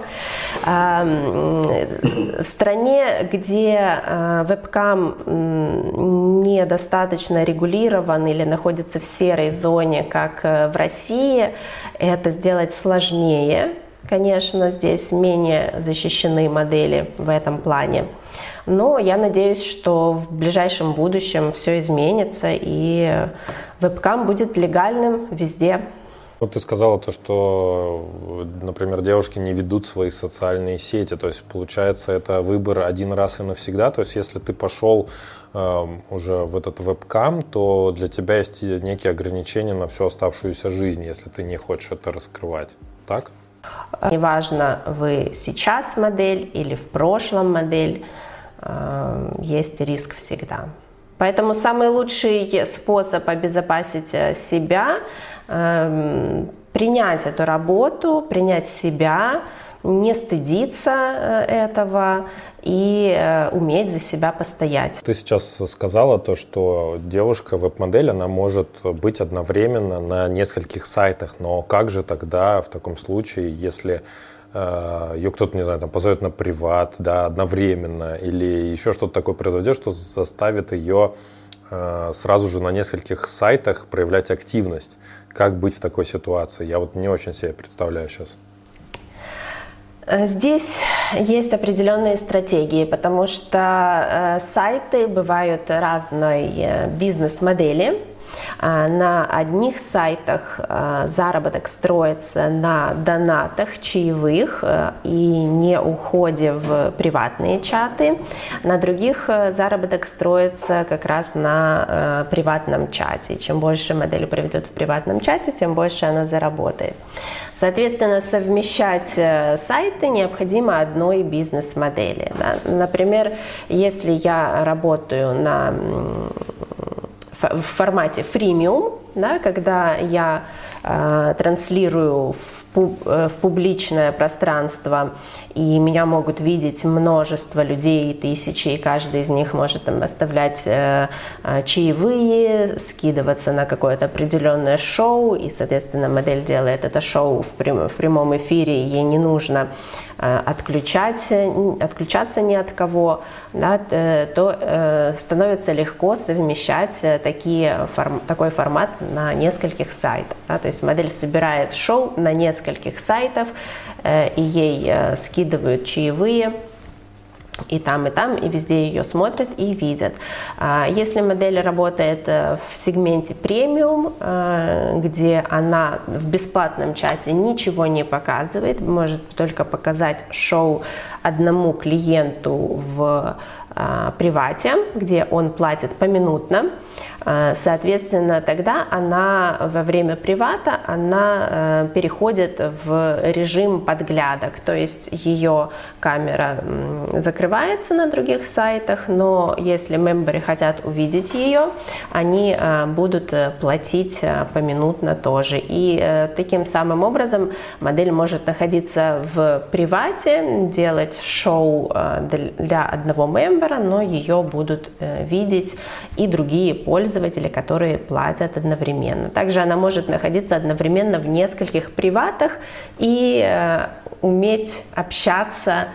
В стране, где вебкам недостаточно регулирован или находится в серой зоне, как в России, это сделать сложнее. Конечно, здесь менее защищены модели в этом плане. Но я надеюсь, что в ближайшем будущем все изменится и вебкам будет легальным везде. Вот ты сказала то, что, например, девушки не ведут свои социальные сети, то есть получается это выбор один раз и навсегда, то есть если ты пошел уже в этот вебкам, то для тебя есть некие ограничения на всю оставшуюся жизнь, если ты не хочешь это раскрывать, так? Неважно, вы сейчас модель или в прошлом модель, есть риск всегда. Поэтому самый лучший способ обезопасить себя — принять эту работу, принять себя, не стыдиться этого и уметь за себя постоять. Ты сейчас сказала то, что девушка веб-модель, она может быть одновременно на нескольких сайтах, но как же тогда в таком случае, если ее кто-то, не знаю, позовет на приват, да, одновременно, или еще что-то такое произойдет, что заставит ее сразу же на нескольких сайтах проявлять активность? Как быть в такой ситуации? Я вот не очень себе представляю сейчас. Здесь есть определенные стратегии, потому что сайты бывают разной бизнес-модели. На одних сайтах заработок строится на донатах, чаевых и не уходе в приватные чаты. На других заработок строится как раз на приватном чате. Чем больше модель проведет в приватном чате, тем больше она заработает. Соответственно, совмещать сайты необходимо одной бизнес-модели. Да? Например, если я работаю в формате фримиум, да, когда я транслирую в публичное пространство, и меня могут видеть множество людей, тысячи, и каждый из них может оставлять чаевые, скидываться на какое-то определенное шоу, и, соответственно, модель делает это шоу в прямом эфире, ей не нужно отключаться ни от кого, да, то становится легко совмещать такой формат на нескольких сайтах. Да, то есть модель собирает шоу на нескольких сайтах, и ей скидывают чаевые, и там, и везде ее смотрят и видят. Если модель работает в сегменте премиум, где она в бесплатном чате ничего не показывает, может только показать шоу одному клиенту в привате, где он платит поминутно, Соответственно, тогда она во время привата она переходит в режим подглядок, то есть ее камера закрывается на других сайтах, но если мемберы хотят увидеть ее, они будут платить поминутно тоже. И таким самым образом модель может находиться в привате, делать шоу для одного мембера, но ее будут видеть и другие пользователи, которые платят одновременно. Также она может находиться одновременно в нескольких приватах и уметь общаться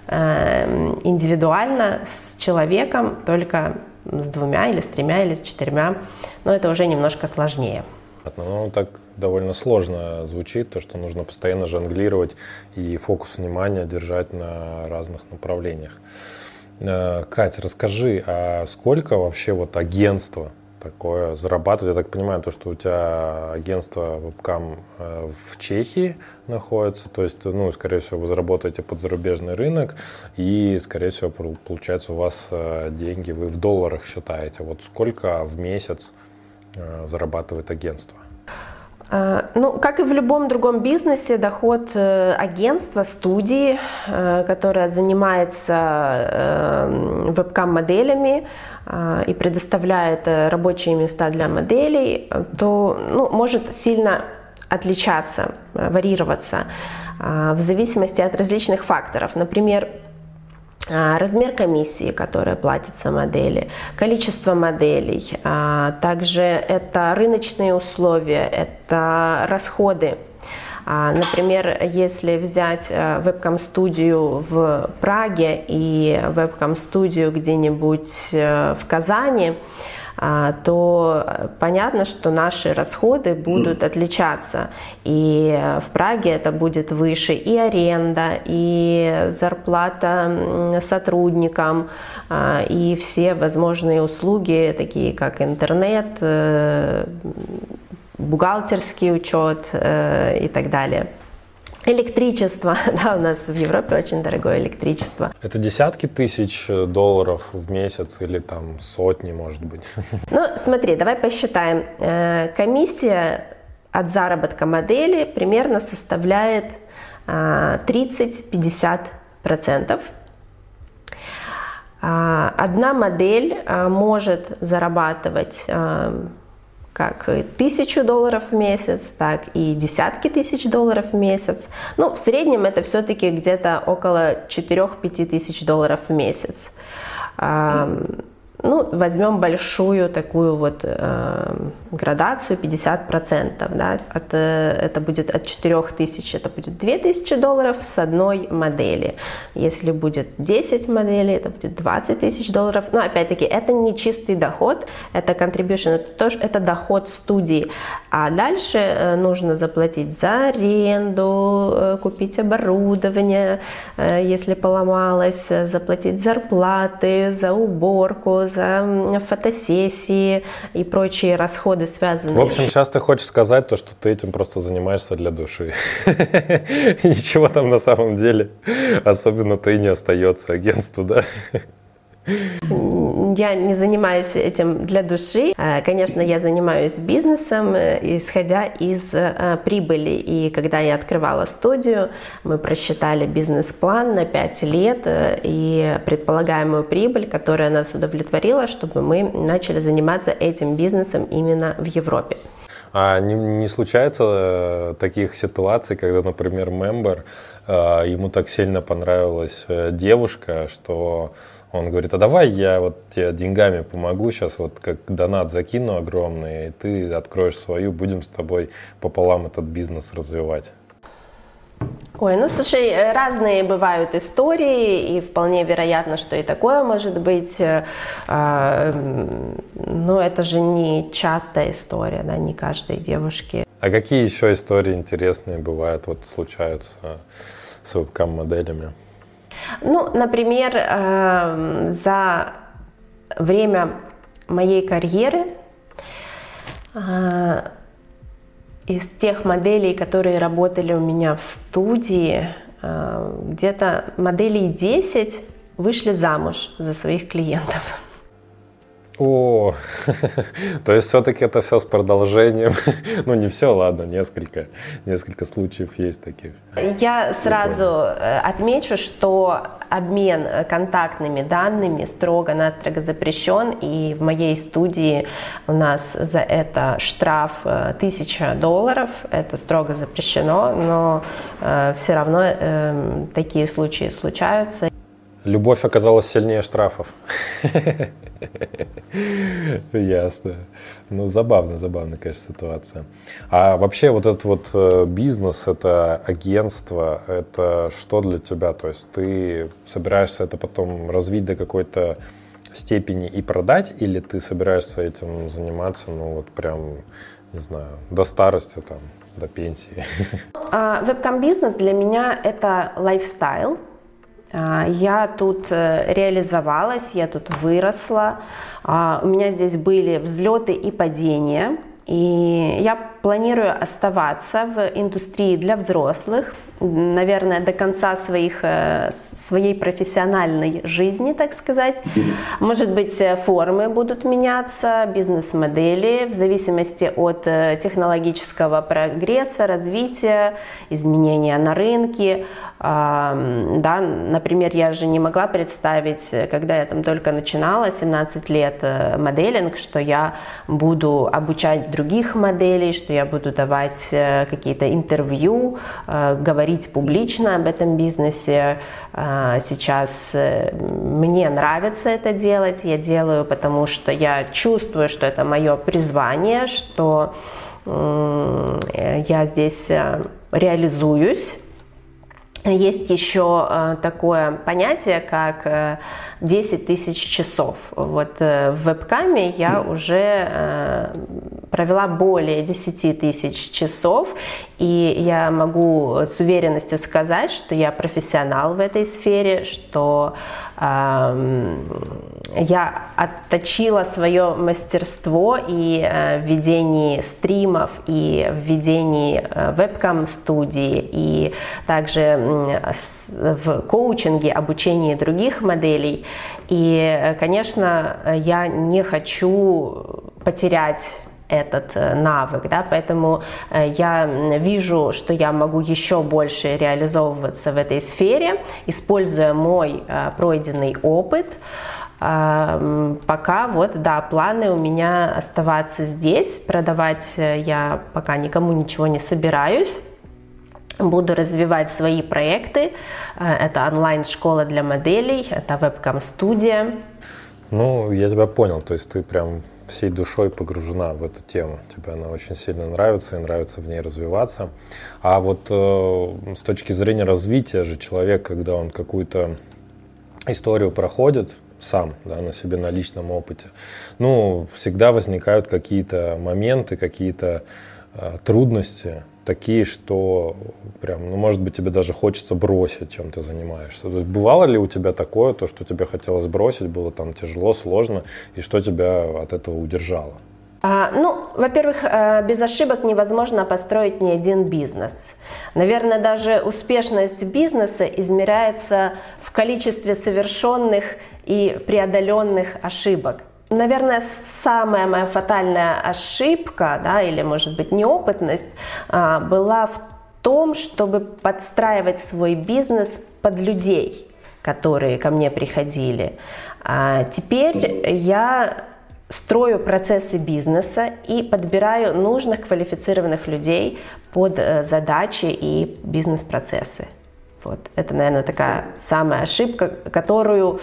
индивидуально с человеком только с 2 или с 3 или с 4, но это уже немножко сложнее. Ну, так довольно сложно звучит, то, что нужно постоянно жонглировать и фокус внимания держать на разных направлениях. Кать, расскажи, а сколько вообще вот агентство такое зарабатывает? Я так понимаю, то, что у тебя агентство вебкам в Чехии находится, то есть, ну, скорее всего, вы заработаете под зарубежный рынок, и, скорее всего, получается, у вас деньги вы в долларах считаете. Вот сколько в месяц зарабатывает агентство? Ну, как и в любом другом бизнесе, доход агентства, студии, которая занимается вебкам-моделями и предоставляет рабочие места для моделей, то может сильно отличаться, варьироваться в зависимости от различных факторов. Например, размер комиссии, которая платится модели, количество моделей, также это рыночные условия, это расходы. Например, если взять вебкам-студию в Праге и вебкам-студию где-нибудь в Казани, то понятно, что наши расходы будут отличаться. И в Праге это будет выше и аренда, и зарплата сотрудникам, и все возможные услуги, такие как интернет, бухгалтерский учет и так далее. Электричество, да, у нас в Европе очень дорогое электричество. Это десятки тысяч долларов в месяц или там сотни, может быть? Ну, смотри, давай посчитаем. Комиссия от заработка модели примерно составляет 30-50%. Одна модель может зарабатывать как $1000 в месяц, так и десятки тысяч долларов в месяц. Ну, в среднем это все-таки где-то около 4-5 тысяч долларов в месяц. Ну, возьмем большую такую вот градацию 50%, да, это будет от 4000, это будет $2000 с одной модели. Если будет 10 моделей, это будет $20 000. Но опять-таки это не чистый доход, это contribution, это тоже это доход студии. А дальше нужно заплатить за аренду, купить оборудование, если поломалось, заплатить зарплаты, за уборку, за фотосессии и прочие расходы, связанные. В общем, сейчас ты хочешь сказать то, что ты этим просто занимаешься для души. Ничего там на самом деле особенно-то и не остается агентству, да? Я не занимаюсь этим для души. Конечно, я занимаюсь бизнесом, исходя из прибыли. И когда я открывала студию, мы просчитали бизнес-план на 5 лет и предполагаемую прибыль, которая нас удовлетворила, чтобы мы начали заниматься этим бизнесом именно в Европе. А не случается таких ситуаций, когда, например, мембер, ему так сильно понравилась девушка, что он говорит: а давай я вот тебе деньгами помогу, сейчас вот как донат закину огромный, и ты откроешь свою, будем с тобой пополам этот бизнес развивать. Ой, ну слушай, разные бывают истории, и вполне вероятно, что и такое может быть, но это же не частая история, да, не каждой девушке. А какие еще истории интересные бывают, вот случаются с вебкам-моделями? Ну, например, за время моей карьеры из тех моделей, которые работали у меня в студии, где-то моделей 10 вышли замуж за своих клиентов. О, то есть все-таки это все с продолжением. Ну, не все, ладно, несколько случаев есть таких. Я сразу отмечу, что обмен контактными данными строго-настрого запрещен, и в моей студии у нас за это штраф $1000. Это строго запрещено, но все равно такие случаи случаются. Любовь оказалась сильнее штрафов. Ясно. Ну, забавная, конечно, ситуация. А вообще вот этот вот бизнес, это агентство, это что для тебя? То есть ты собираешься это потом развить до какой-то степени и продать, или ты собираешься этим заниматься, ну вот прям, не знаю, до старости, там, до пенсии? Вебкам-бизнес для меня это лайфстайл. Я тут реализовалась, я тут выросла, у меня здесь были взлеты и падения, и я планирую оставаться в индустрии для взрослых, наверное, до конца своей профессиональной жизни, так сказать. Может быть, формы будут меняться, бизнес-модели в зависимости от технологического прогресса, развития, изменения на рынке. Да, например, я же не могла представить, когда я там только начинала, 17 лет моделинг, что я буду обучать других моделей, что я буду давать какие-то интервью, говорить публично об этом бизнесе. Сейчас мне нравится это делать, я делаю, потому что я чувствую, что это мое призвание, что я здесь реализуюсь. Есть еще такое понятие, как 10 тысяч часов. Вот в вебкаме я уже провела более 10 тысяч часов, и я могу с уверенностью сказать, что я профессионал в этой сфере, что я отточила свое мастерство и в ведении стримов, и в ведении вебкам-студии, и также в коучинге, обучении других моделей. И, конечно, я не хочу потерять этот навык, да, поэтому я вижу, что я могу еще больше реализовываться в этой сфере, используя мой пройденный опыт. Пока вот, да, планы у меня оставаться здесь, продавать я пока никому ничего не собираюсь. Буду развивать свои проекты. Это онлайн-школа для моделей, это вебкам-студия. Ну, я тебя понял, то есть ты прям всей душой погружена в эту тему. Тебе она очень сильно нравится, и нравится в ней развиваться. А вот с точки зрения развития же человек, когда он какую-то историю проходит сам, да, на себе, на личном опыте, ну, всегда возникают какие-то моменты, какие-то трудности, такие, что прям, ну, может быть, тебе даже хочется бросить, чем ты занимаешься. То есть бывало ли у тебя такое, то, что тебе хотелось бросить, было там тяжело, сложно, и что тебя от этого удержало? Ну, во-первых, без ошибок невозможно построить ни один бизнес. Наверное, даже успешность бизнеса измеряется в количестве совершенных и преодоленных ошибок. Наверное, самая моя фатальная ошибка, да, или, может быть, неопытность, была в том, чтобы подстраивать свой бизнес под людей, которые ко мне приходили. Теперь я строю процессы бизнеса и подбираю нужных квалифицированных людей под задачи и бизнес-процессы. Вот. Это, наверное, такая самая ошибка, которую,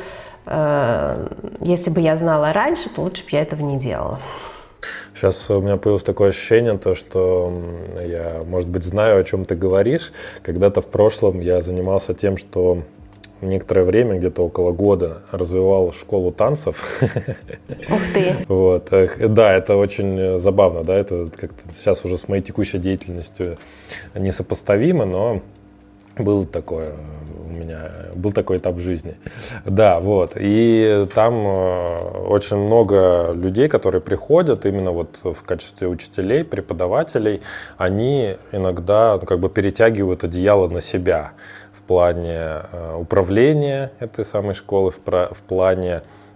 если бы я знала раньше, то лучше бы я этого не делала. Сейчас у меня появилось такое ощущение, то, что я, может быть, знаю, о чем ты говоришь. Когда-то в прошлом я занимался тем, что некоторое время, где-то около года, развивал школу танцев. Ух ты! Вот. Да, это очень забавно, да, это как-то сейчас уже с моей текущей деятельностью несопоставимо, но был такой этап в жизни. Да, вот. И там очень много людей, которые приходят именно вот в качестве учителей, преподавателей, они иногда как бы перетягивают одеяло на себя в плане управления этой самой школы, в плане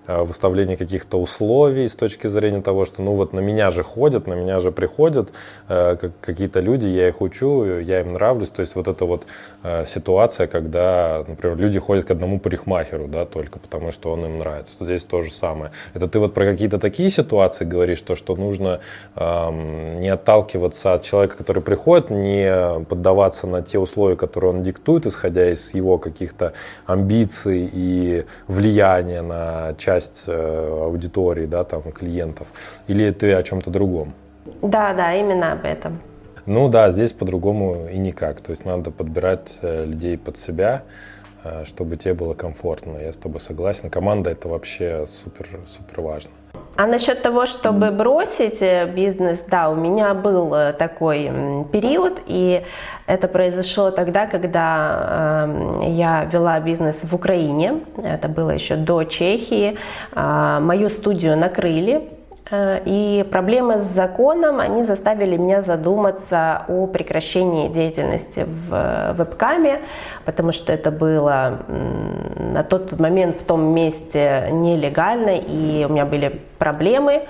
выставление каких-то условий с точки зрения того, что ну вот на меня же ходят, на меня же приходят какие-то люди, я их учу, я им нравлюсь. То есть вот эта вот ситуация, когда, например, люди ходят к одному парикмахеру, да, только потому что он им нравится. Здесь то же самое. Это ты вот про какие-то такие ситуации говоришь, то, что нужно не отталкиваться от человека, который приходит, не поддаваться на те условия, которые он диктует, исходя из его каких-то амбиций и влияния на часть аудитории, да, там, клиентов. Или ты о чем-то другом? Да, именно об этом. Ну да, здесь по-другому и никак. То есть надо подбирать людей под себя, чтобы тебе было комфортно. Я с тобой согласен. Команда — это вообще супер важно. А насчет того, чтобы бросить бизнес, да, у меня был такой период, и это произошло тогда, когда я вела бизнес в Украине. Это было еще до Чехии. Мою студию накрыли. И проблемы с законом, они заставили меня задуматься о прекращении деятельности в вебкаме, потому что это было на тот момент в том месте нелегально, и у меня были проблемы.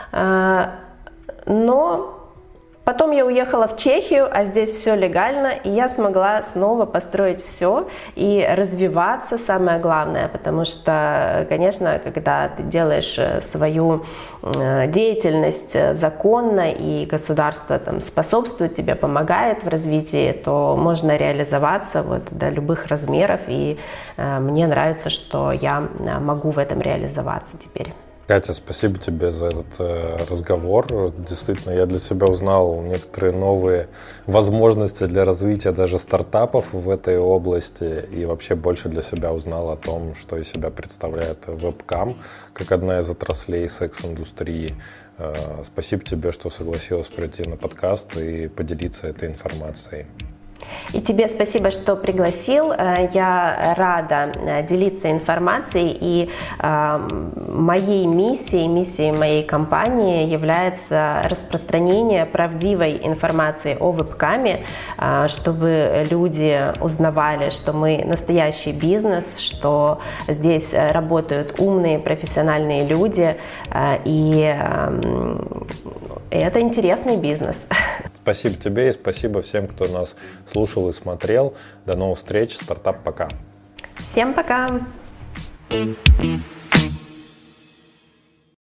Но потом я уехала в Чехию, а здесь все легально, и я смогла снова построить все и развиваться, самое главное, потому что, конечно, когда ты делаешь свою деятельность законно, и государство там способствует тебе, помогает в развитии, то можно реализоваться вот до любых размеров, и мне нравится, что я могу в этом реализоваться теперь. Катя, спасибо тебе за этот разговор. Действительно, я для себя узнал некоторые новые возможности для развития даже стартапов в этой области и вообще больше для себя узнал о том, что из себя представляет вебкам, как одна из отраслей секс-индустрии. Спасибо тебе, что согласилась прийти на подкаст и поделиться этой информацией. И тебе спасибо, что пригласил. Я рада делиться информацией. И моей миссией моей компании является распространение правдивой информации о вебкаме, чтобы люди узнавали, что мы настоящий бизнес, что здесь работают умные, профессиональные люди, и это интересный бизнес. Спасибо тебе и спасибо всем, кто нас слушал и смотрел. До новых встреч. Стартап пока. Всем пока.